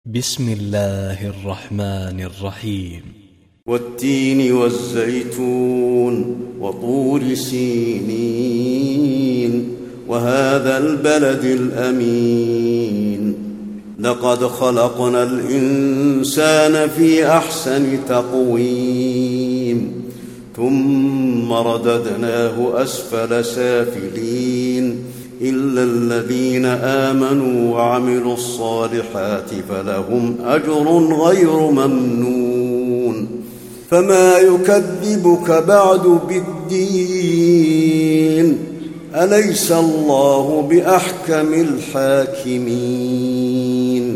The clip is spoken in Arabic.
بسم الله الرحمن الرحيم. والتين والزيتون وطور سينين وهذا البلد الأمين لقد خلقنا الإنسان في أحسن تقويم ثم رددناه أسفل سافلين إلا الذين آمنوا وعملوا الصالحات فلهم أجر غير ممنون فما يكذبك بعد بالدين أليس الله بأحكم الحاكمين